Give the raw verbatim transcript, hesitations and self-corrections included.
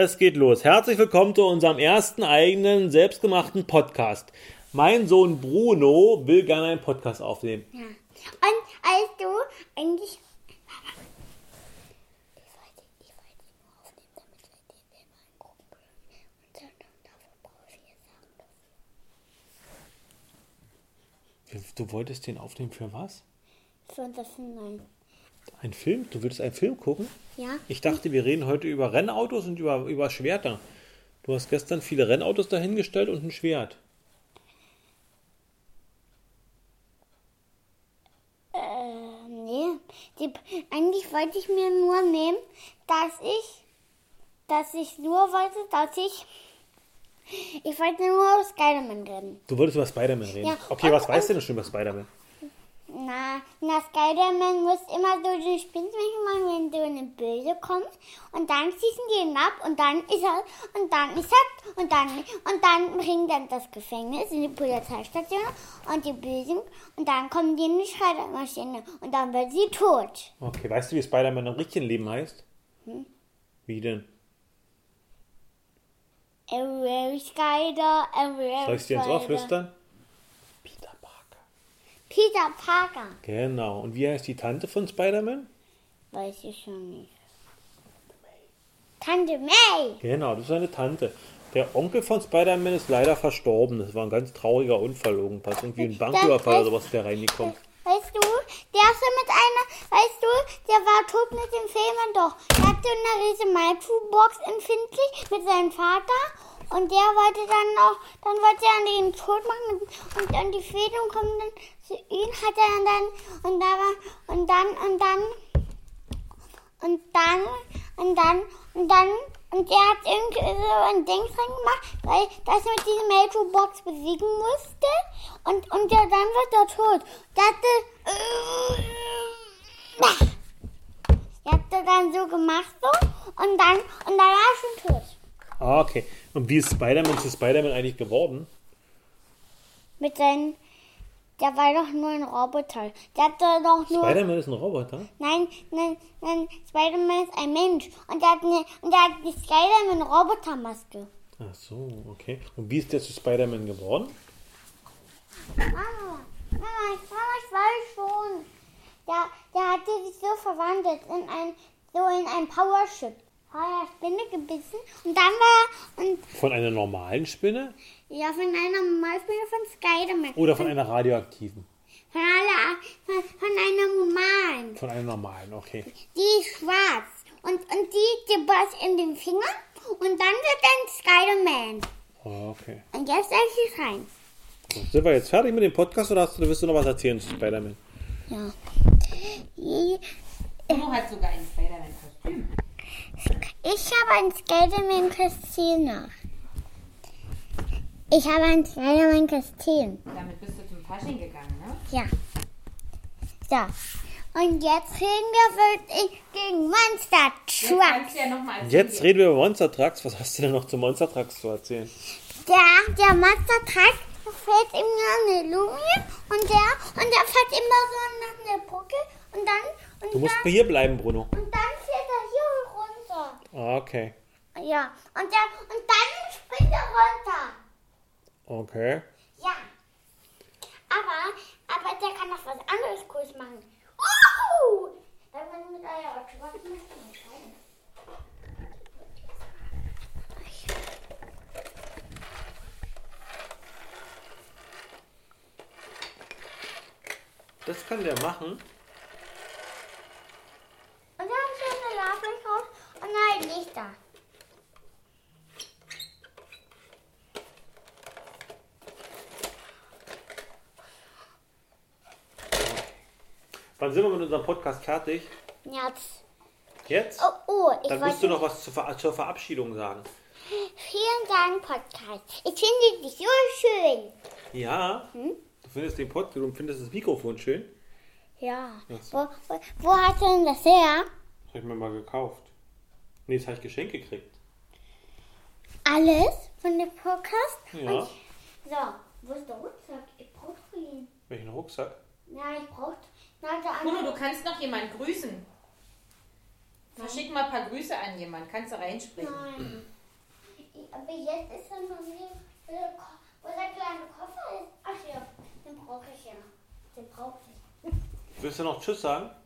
Es geht los. Herzlich willkommen zu unserem ersten eigenen, selbstgemachten Podcast. Mein Sohn Bruno will gerne einen Podcast aufnehmen. Ja. Und als du eigentlich... Ich wollte, ich wollte ihn nur aufnehmen, damit wir den Film angucken können. Und dann, dafür brauche ich vier Sachen dafür. Du wolltest den aufnehmen für was? Für unser Film, nein. Ein Film? Du würdest einen Film gucken? Ja. Ich dachte, wir reden heute über Rennautos und über, über Schwerter. Du hast gestern viele Rennautos dahingestellt und ein Schwert. Äh, nee. Die, eigentlich wollte ich mir nur nehmen, dass ich, dass ich nur wollte, dass ich, ich wollte nur über Spider-Man reden. Du wolltest über Spider-Man reden? Ja. Okay, Und- was weißt du und- denn schon über Spider-Man? Na, na, Spider-Man muss immer so die Spinnweben machen, wenn so eine Böse kommt. Und dann schießen die ihn ab und dann ist er, und dann ist er, und dann, und dann bringen dann das Gefängnis in die Polizeistation und die Bösen, und dann kommen die in die Schreibmaschine und dann wird sie tot. Okay, weißt du, wie Spider-Man im richtigen Leben heißt? Hm? Wie denn? Every Spider, every Soll ich dir ins Ohr Spider. flüstern? Peter Parker. Peter Parker. Genau. Und wie heißt die Tante von Spider-Man? Weiß ich schon nicht. Tante May. Genau, das ist seine Tante. Der Onkel von Spider-Man ist leider verstorben. Das war ein ganz trauriger Unfall irgendwas. Irgendwie ein Banküberfall oder sowas, der reingekommen. Weißt du, der ist so mit einer, weißt du, der war tot mit dem Filmen doch. Der hatte eine riesen Maltool-Box empfindlich mit seinem Vater und der wollte dann auch, dann wollte er ihn tot machen und, und, und die Fäden kommen dann zu ihm, hat er dann, und da war, und dann, und dann, und dann, und dann, und dann, und er hat irgendwie so ein Ding dran gemacht, weil das mit dieser Melto-Box besiegen musste. Und, und ja, dann wird er tot. Der hatte, äh, er hatte dann so gemacht so und dann, und dann war er schon tot. Ah, okay. Und wie ist Spider-Man zu Spider-Man eigentlich geworden? Mit seinen, der war doch nur ein Roboter. Der hatte doch nur... Spider-Man ist ein Roboter? Nein, nein, nein, Spider-Man ist ein Mensch. Und der hat, eine, und der hat die Spider-Man-Robotermaske. Ach so, okay. Und wie ist der zu Spider-Man geworden? Mama, Mama, ich, Mama, ich weiß schon. Der, der hatte sich so verwandelt in ein, so in ein Powership. Hat er Spinne gebissen und dann war er, und Von einer normalen Spinne? ja, von einer Malspinne von Spider-Man. Oder von einer radioaktiven? Von, aller, von, von einer normalen. Von einer normalen, okay. Die ist schwarz. Und, und die, die passt in den Finger und dann wird dann Spider-Man. Ah, okay. Und jetzt sag ich rein. So, sind wir jetzt fertig mit dem Podcast oder hast du, willst du noch was erzählen zu Spider-Man? Ja. Ich, Bruno hat sogar ein Spider-Man-Kostüm. ich habe ein Spider-Man-Kostüm noch. Ich habe ein Spider-Man-Kostüm. Damit bist du zum Fasching gegangen, ne? Ja. So. Und jetzt reden wir wirklich gegen Monster Jetzt Trucks. kannst du ja noch mal erzählen, Jetzt wie- reden wir über Monster Trucks. Was hast du denn noch zu Monster Trucks zu erzählen? Der, der Monster Truck fällt ihm nur eine Linie und der, und der fährt immer so nach einer Brücke und dann, und Du musst dann, hier bleiben, Bruno. und dann fährt er hier runter. Ah, okay. Ja. Und der, und dann springt er runter. Okay. Ja. Aber, aber der kann noch was anderes Cooles machen. Uh! Da man mit eurer Autobahn müsst ihr entscheiden. Das kann der machen. Und dann haben sie eine Ladungshaus und neue Lichter. Wann sind wir mit unserem Podcast fertig? Jetzt. Jetzt? Oh, oh, ich Dann wollte... musst du noch was zur, Ver zur Verabschiedung sagen. Vielen Dank, Podcast. Ich finde dich so schön. Ja? Du findest den Podcast, du findest das Mikrofon schön? Ja. Ach so. Wo, wo, wo hast du denn das her? Das habe ich mir mal gekauft. Nee, das habe ich geschenkt gekriegt. Alles von dem Podcast? Ja. Und, so, wo ist der Rucksack? Ich brauche ihn. Welchen Rucksack? Ja, ich brauche... Na, der Bruno, andere... du kannst noch jemanden grüßen. Verschick mal ein paar Grüße an jemanden. Kannst du reinsprechen? Nein. Aber jetzt ist dann noch nicht, wo der kleine Koffer ist. Ach ja, den brauche ich ja. Den brauche ich. Willst du noch Tschüss sagen?